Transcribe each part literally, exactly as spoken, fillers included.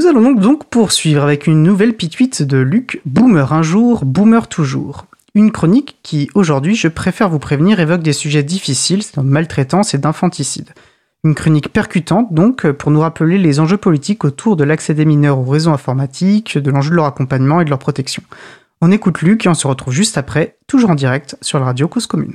Nous allons donc, donc poursuivre avec une nouvelle pituite de Luc, Boomer un jour, Boomer toujours. Une chronique qui, aujourd'hui, je préfère vous prévenir, évoque des sujets difficiles, de maltraitance et d'infanticide. Une chronique percutante, donc, pour nous rappeler les enjeux politiques autour de l'accès des mineurs au réseau informatique, de l'enjeu de leur accompagnement et de leur protection. On écoute Luc et on se retrouve juste après, toujours en direct, sur la radio Cause Commune.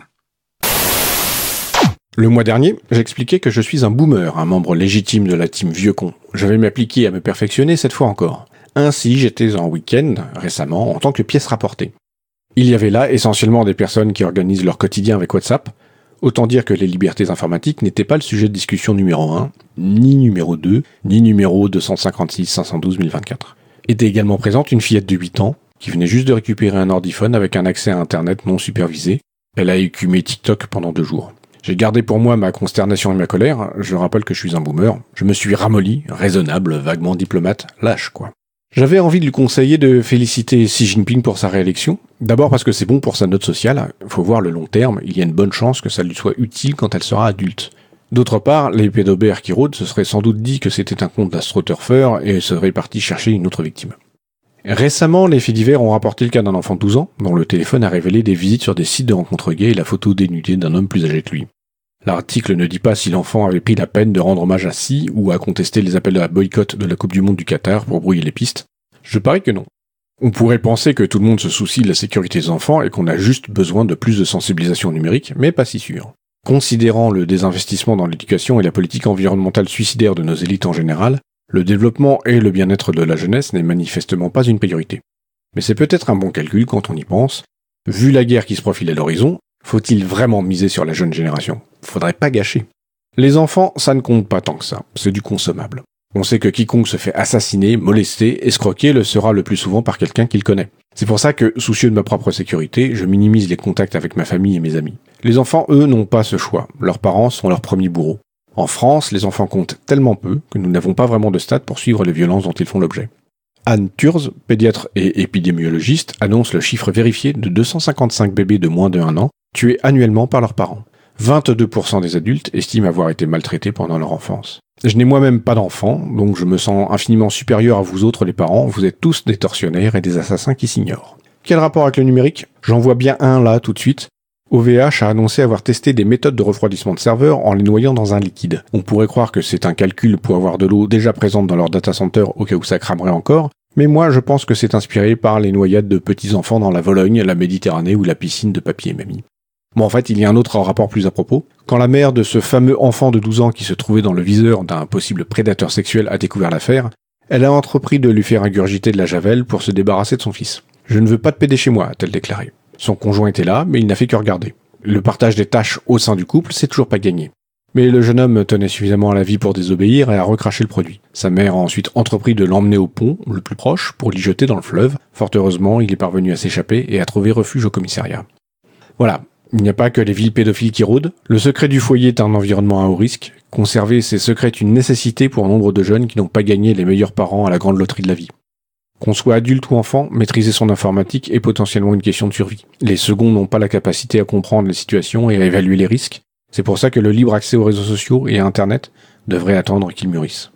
Le mois dernier, j'expliquais que je suis un boomer, un membre légitime de la team vieux con. Je vais m'appliquer à me perfectionner cette fois encore. Ainsi, j'étais en week-end, récemment, en tant que pièce rapportée. Il y avait là essentiellement des personnes qui organisent leur quotidien avec WhatsApp. Autant dire que les libertés informatiques n'étaient pas le sujet de discussion numéro un, ni numéro deux, ni numéro deux cent cinquante-six cinq cent douze mille vingt-quatre. Était également présente une fillette de huit ans, qui venait juste de récupérer un ordiphone avec un accès à Internet non supervisé. Elle a écumé TikTok pendant deux jours. J'ai gardé pour moi ma consternation et ma colère, je rappelle que je suis un boomer, je me suis ramolli, raisonnable, vaguement diplomate, lâche quoi. J'avais envie de lui conseiller de féliciter Xi Jinping pour sa réélection, d'abord parce que c'est bon pour sa note sociale, faut voir le long terme, il y a une bonne chance que ça lui soit utile quand elle sera adulte. D'autre part, les pédobères qui rôdent se seraient sans doute dit que c'était un compte d'astroturfeur et seraient partis chercher une autre victime. Récemment, les faits divers ont rapporté le cas d'un enfant de douze ans, dont le téléphone a révélé des visites sur des sites de rencontres gays et la photo dénudée d'un homme plus âgé que lui. L'article ne dit pas si l'enfant avait pris la peine de rendre hommage à Xi ou à contester les appels à boycott de la Coupe du Monde du Qatar pour brouiller les pistes. Je parie que non. On pourrait penser que tout le monde se soucie de la sécurité des enfants et qu'on a juste besoin de plus de sensibilisation numérique, mais pas si sûr. Considérant le désinvestissement dans l'éducation et la politique environnementale suicidaire de nos élites en général, le développement et le bien-être de la jeunesse n'est manifestement pas une priorité. Mais c'est peut-être un bon calcul quand on y pense. Vu la guerre qui se profile à l'horizon, faut-il vraiment miser sur la jeune génération ? Faudrait pas gâcher. Les enfants, ça ne compte pas tant que ça, c'est du consommable. On sait que quiconque se fait assassiner, molester, escroquer le sera le plus souvent par quelqu'un qu'il connaît. C'est pour ça que, soucieux de ma propre sécurité, je minimise les contacts avec ma famille et mes amis. Les enfants, eux, n'ont pas ce choix. Leurs parents sont leurs premiers bourreaux. En France, les enfants comptent tellement peu que nous n'avons pas vraiment de stats pour suivre les violences dont ils font l'objet. Anne Turz, pédiatre et épidémiologiste, annonce le chiffre vérifié de deux cent cinquante-cinq bébés de moins de un an tués annuellement par leurs parents. vingt-deux pour cent des adultes estiment avoir été maltraités pendant leur enfance. Je n'ai moi-même pas d'enfant, donc je me sens infiniment supérieur à vous autres les parents, vous êtes tous des tortionnaires et des assassins qui s'ignorent. Quel rapport avec le numérique ? J'en vois bien un là tout de suite. O V H a annoncé avoir testé des méthodes de refroidissement de serveurs en les noyant dans un liquide. On pourrait croire que c'est un calcul pour avoir de l'eau déjà présente dans leur data center au cas où ça cramerait encore, mais moi je pense que c'est inspiré par les noyades de petits enfants dans la Vologne, la Méditerranée ou la piscine de papy et mamie. Bon, en fait, il y a un autre rapport plus à propos. Quand la mère de ce fameux enfant de douze ans qui se trouvait dans le viseur d'un possible prédateur sexuel a découvert l'affaire, elle a entrepris de lui faire ingurgiter de la javel pour se débarrasser de son fils. « Je ne veux pas de pédé chez moi », a-t-elle déclaré. Son conjoint était là, mais il n'a fait que regarder. Le partage des tâches au sein du couple, c'est toujours pas gagné. Mais le jeune homme tenait suffisamment à la vie pour désobéir et a recraché le produit. Sa mère a ensuite entrepris de l'emmener au pont, le plus proche, pour l'y jeter dans le fleuve. Fort heureusement, il est parvenu à s'échapper et à trouver refuge au commissariat. Voilà. Il n'y a pas que les villes pédophiles qui rôdent. Le secret du foyer est un environnement à haut risque. Conserver ces secrets est une nécessité pour nombre de jeunes qui n'ont pas gagné les meilleurs parents à la grande loterie de la vie. Qu'on soit adulte ou enfant, maîtriser son informatique est potentiellement une question de survie. Les seconds n'ont pas la capacité à comprendre les situations et à évaluer les risques. C'est pour ça que le libre accès aux réseaux sociaux et à Internet devrait attendre qu'ils mûrissent.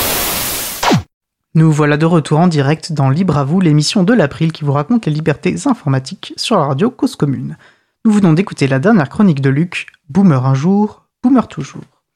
Nous voilà de retour en direct dans Libre à vous, l'émission de l'April qui vous raconte les libertés informatiques sur la radio Cause Commune. Nous venons d'écouter la dernière chronique de Luc, Boomer un jour, Boomer toujours.